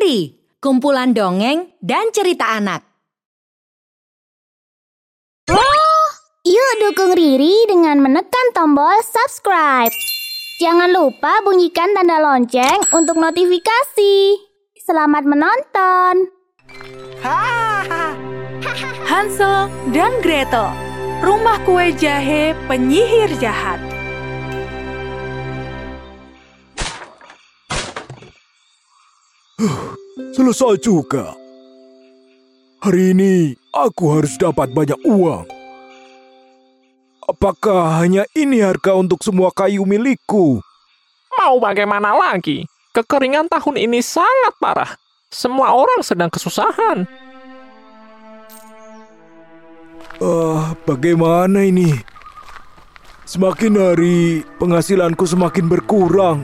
Kongri, kumpulan dongeng dan cerita anak. Yuk dukung Riri dengan menekan tombol subscribe. Jangan lupa bunyikan tanda lonceng untuk notifikasi. Selamat menonton. Hansel dan Gretel, rumah kue jahe penyihir jahat. Selesai juga. Hari ini aku harus dapat banyak uang. Apakah hanya ini harga untuk semua kayu milikku? Mau bagaimana lagi? Kekeringan tahun ini sangat parah. Semua orang sedang kesusahan. Bagaimana ini? Semakin hari penghasilanku semakin berkurang.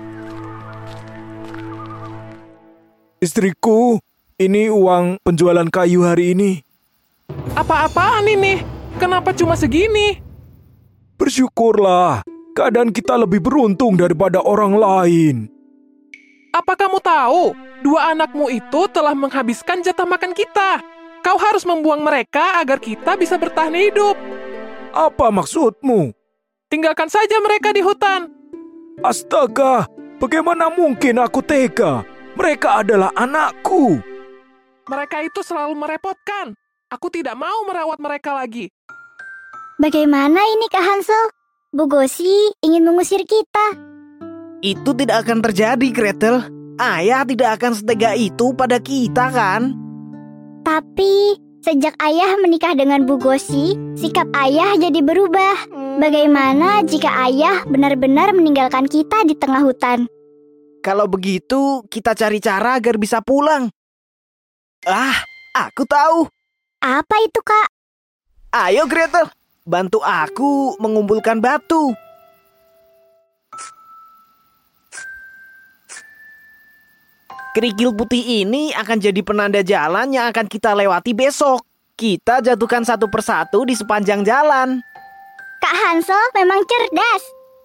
Istriku, ini uang penjualan kayu hari ini. Apa-apaan ini? Kenapa cuma segini? Bersyukurlah, keadaan kita lebih beruntung daripada orang lain. Apa kamu tahu? Dua anakmu itu telah menghabiskan jatah makan kita. Kau harus membuang mereka agar kita bisa bertahan hidup. Apa maksudmu? Tinggalkan saja mereka di hutan. Astaga, bagaimana mungkin aku tega? Mereka adalah anakku. Mereka itu selalu merepotkan. Aku tidak mau merawat mereka lagi. Bagaimana ini Kak Hansel? Bu Gosi ingin mengusir kita. Itu tidak akan terjadi, Gretel. Ayah tidak akan setega itu pada kita, kan? Tapi sejak ayah menikah dengan Bu Gosi, sikap ayah jadi berubah. Bagaimana jika ayah benar-benar meninggalkan kita di tengah hutan? Kalau begitu, kita cari cara agar bisa pulang. Aku tahu. Apa itu, Kak? Ayo, Gretel. Bantu aku mengumpulkan batu. Kerikil putih ini akan jadi penanda jalan yang akan kita lewati besok. Kita jatuhkan satu persatu di sepanjang jalan. Kak Hansel memang cerdas.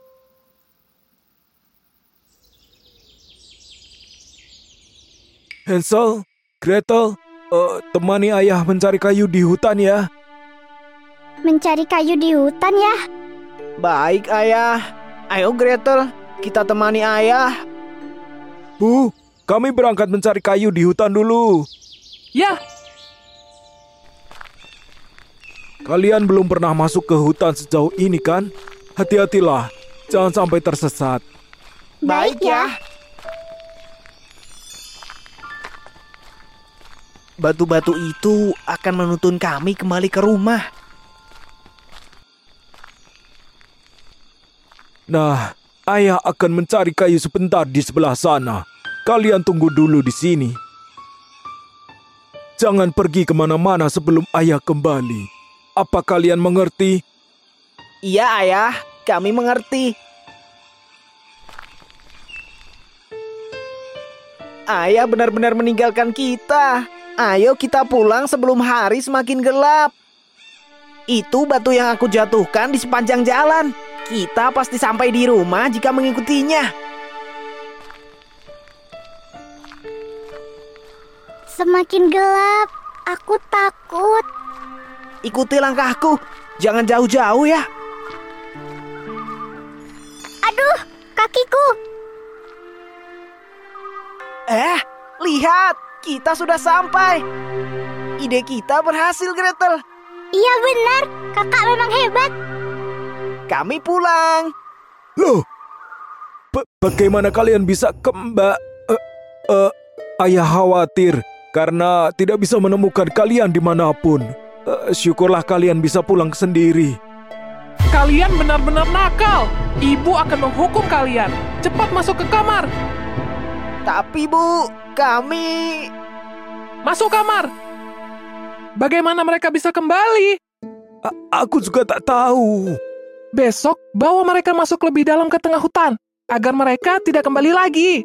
Hansel, Gretel, temani ayah mencari kayu di hutan ya. Mencari kayu di hutan ya? Baik, ayah. Ayo, Gretel, kita temani ayah. Bu, kami berangkat mencari kayu di hutan dulu. Ya, Kalian belum pernah masuk ke hutan sejauh ini kan? Hati-hatilah, jangan sampai tersesat. Baik ya. Batu-batu itu akan menuntun kami kembali ke rumah. Nah, ayah akan mencari kayu sebentar di sebelah sana. Kalian tunggu dulu di sini. Jangan pergi kemana-mana sebelum ayah kembali. Apa kalian mengerti? Iya, ayah. Kami mengerti. Ayah benar-benar meninggalkan kita. Ayo kita pulang sebelum hari semakin gelap. Itu batu yang aku jatuhkan di sepanjang jalan. Kita pasti sampai di rumah jika mengikutinya. Semakin gelap, aku takut. Ikuti langkahku. Jangan jauh-jauh ya. Aduh, kakiku. Lihat. Kita sudah sampai. Ide kita berhasil, Gretel. Iya benar, kakak memang hebat. Kami pulang. Loh, bagaimana kalian bisa kembali? Ayah khawatir karena tidak bisa menemukan kalian dimanapun. Syukurlah kalian bisa pulang sendiri. kalian benar-benar nakal. Ibu akan menghukum kalian. Cepat masuk ke kamar. Tapi Bu, kami... Masuk kamar. Bagaimana mereka bisa kembali? Aku juga tak tahu. Besok, bawa mereka masuk lebih dalam ke tengah hutan, agar mereka tidak kembali lagi.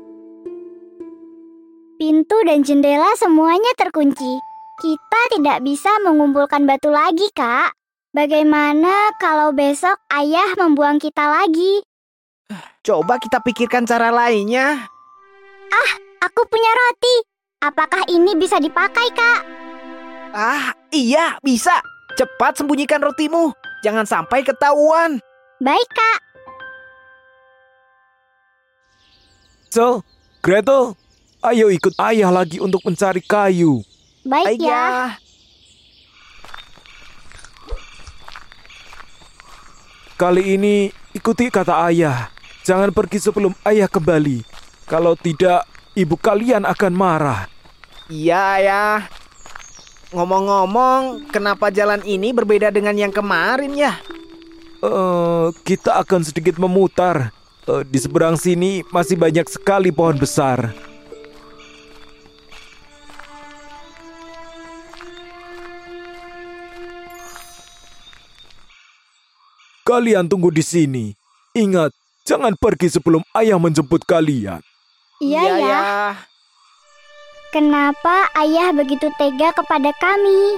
Pintu dan jendela semuanya terkunci. Kita tidak bisa mengumpulkan batu lagi, Kak. Bagaimana kalau besok ayah membuang kita lagi? Coba kita pikirkan cara lainnya. Aku punya roti. Apakah ini bisa dipakai, Kak? Ah, iya, bisa. Cepat sembunyikan rotimu. Jangan sampai ketahuan. Baik, Kak. Hansel, Gretel, ayo ikut ayah lagi untuk mencari kayu. Baik ya. Kali ini ikuti kata ayah. Jangan pergi sebelum ayah kembali. Kalau tidak, ibu kalian akan marah. Iya, ayah. Ngomong-ngomong, kenapa jalan ini berbeda dengan yang kemarin ya? Kita akan sedikit memutar. Di seberang sini masih banyak sekali pohon besar. Kalian tunggu di sini. Ingat, jangan pergi sebelum ayah menjemput kalian. Iya ya. Kenapa ayah begitu tega kepada kami?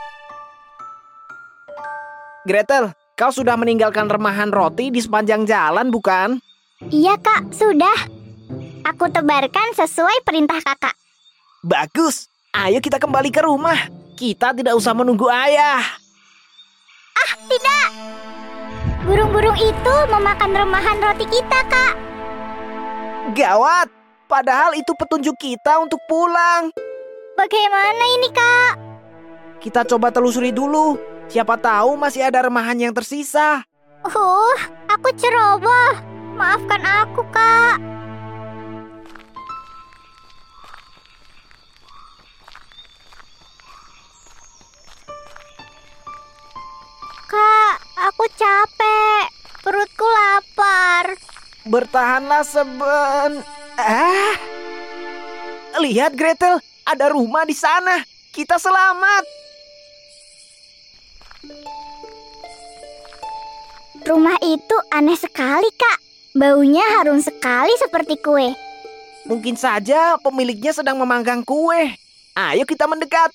Gretel, kau sudah meninggalkan remahan roti di sepanjang jalan, bukan? Iya, Kak, sudah. Aku tebarkan sesuai perintah Kakak. Bagus. Ayo kita kembali ke rumah. Kita tidak usah menunggu ayah. Ah, tidak. Burung-burung itu memakan remahan roti kita, Kak. Gawat. Padahal itu petunjuk kita untuk pulang. Bagaimana ini, Kak? Kita coba telusuri dulu. Siapa tahu masih ada remahan yang tersisa. Aku ceroboh. Maafkan aku, Kak. Kak, aku capek. Perutku lapar. Bertahanlah Lihat, Gretel. Ada rumah di sana. Kita selamat. Rumah itu aneh sekali, Kak. Baunya harum sekali seperti kue. Mungkin saja pemiliknya sedang memanggang kue. Ayo kita mendekat.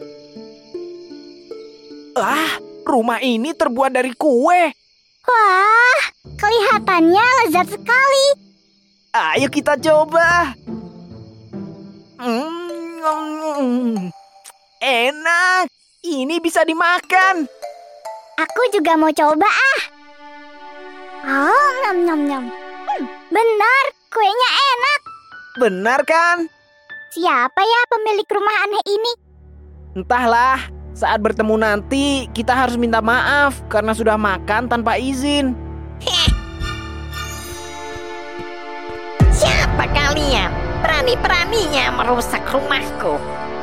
Rumah ini terbuat dari kue. Wah, kelihatannya lezat sekali. Ayo kita coba. Enak. Ini bisa dimakan. Aku juga mau coba nyam. Benar, kuenya enak. Benar kan? Siapa ya pemilik rumah aneh ini? Entahlah, saat bertemu nanti kita harus minta maaf karena sudah makan tanpa izin. Siapa kalian? Berani-beraninya merusak rumahku.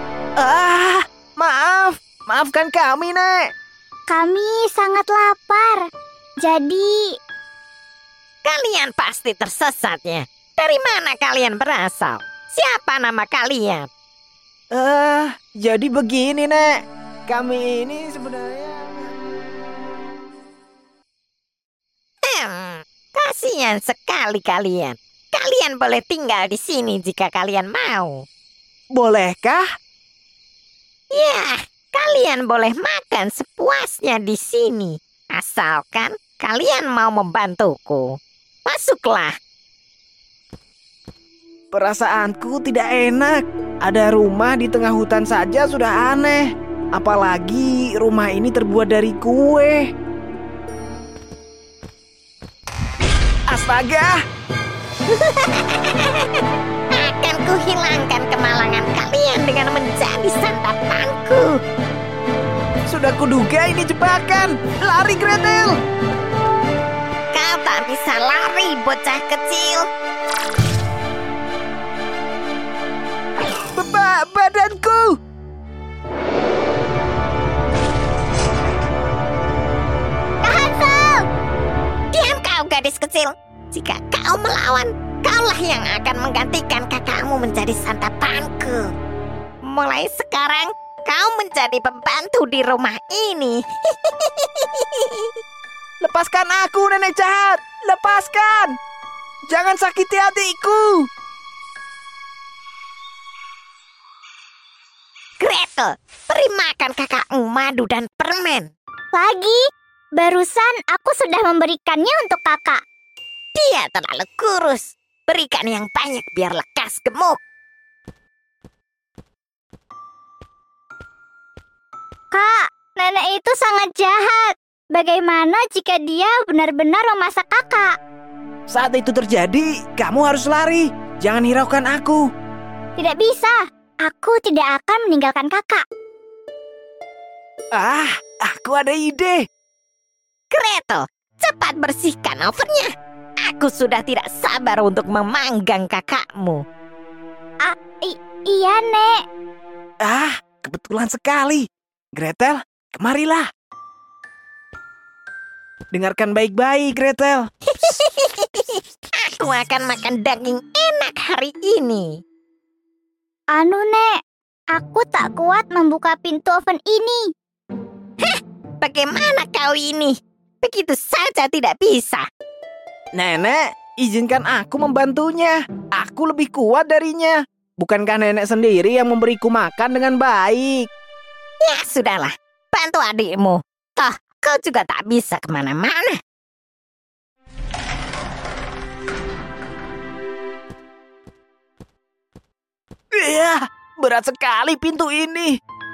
Maafkan kami, Nek. Kami sangat lapar. Jadi... Kalian pasti tersesat ya. Dari mana kalian berasal? Siapa nama kalian? Jadi begini, Nek. Kami ini sebenarnya... Kasihan sekali kalian. Kalian boleh tinggal di sini jika kalian mau. Bolehkah? Ya, kalian boleh makan sepuasnya di sini. Asalkan kalian mau membantuku. Masuklah. Perasaanku tidak enak. Ada rumah di tengah hutan saja sudah aneh. Apalagi rumah ini terbuat dari kue. Astaga! Akan kuhilangkan kemalangan kalian dengan menjadi santapanku. Sudah kuduga ini jebakan. Lari, Gretel! Kau tak bisa lari, bocah kecil. Badanku! Kak Hansel! Diam kau, gadis kecil. Jika kau melawan, kaulah yang akan menggantikan kakakmu menjadi santapanku. Mulai sekarang, kau menjadi pembantu di rumah ini. Lepaskan aku, nenek jahat! Lepaskan! Jangan sakiti adikku! Gretel, beri makan kakakmu madu dan permen. Lagi, barusan aku sudah memberikannya untuk kakak. Dia terlalu kurus. Berikan yang banyak biar lekas gemuk. Kak, nenek itu sangat jahat. Bagaimana jika dia benar-benar memasak kakak? Saat itu terjadi, kamu harus lari. Jangan hiraukan aku. Tidak bisa. Aku tidak akan meninggalkan kakak. Aku ada ide. Gretel, cepat bersihkan ovennya. Aku sudah tidak sabar untuk memanggang kakakmu. Iya, Nek. Kebetulan sekali. Gretel, kemarilah. Dengarkan baik-baik, Gretel. Aku akan makan daging enak hari ini. Nek, aku tak kuat membuka pintu oven ini. Bagaimana kau ini? Begitu saja tidak bisa. Nenek, izinkan aku membantunya. Aku lebih kuat darinya. Bukankah nenek sendiri yang memberiku makan dengan baik? Ya sudahlah, bantu adikmu. Toh, kau juga tak bisa kemana-mana. Iya, berat sekali pintu ini.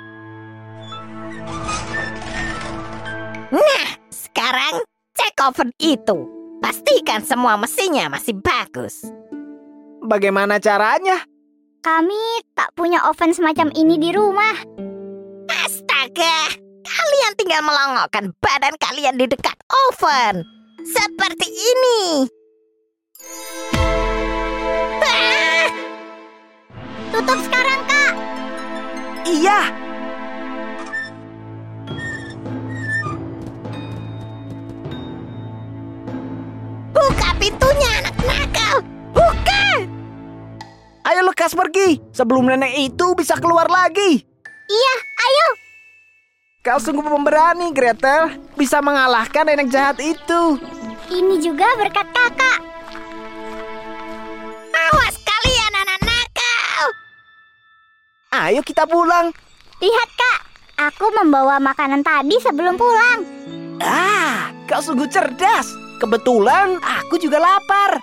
Nah, sekarang cek oven itu. Pastikan semua mesinnya masih bagus. Bagaimana caranya? Kami tak punya oven semacam ini di rumah. Astaga, kalian tinggal melongokkan badan kalian di dekat oven. Seperti ini. Tutup sekarang, Kak. Iya. Buka pintunya, anak nakal. Buka. Ayo lekas pergi sebelum nenek itu bisa keluar lagi. Iya, ayo. Kau sungguh pemberani, Gretel. Bisa mengalahkan nenek jahat itu. Ini juga berkat kakak. Awas kalian, anak nakal. Ayo kita pulang. Lihat, Kak. Aku membawa makanan tadi sebelum pulang. Kau sungguh cerdas. Kebetulan aku juga lapar.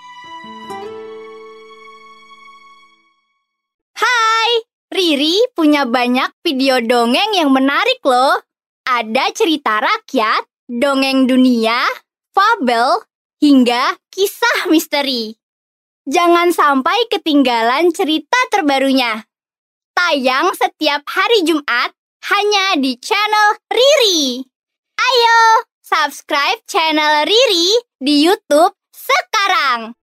Riri punya banyak video dongeng yang menarik loh. Ada cerita rakyat, dongeng dunia, fabel, hingga kisah misteri. Jangan sampai ketinggalan cerita terbarunya. Tayang setiap hari Jumat hanya di channel Riri. Ayo, subscribe channel Riri di YouTube sekarang.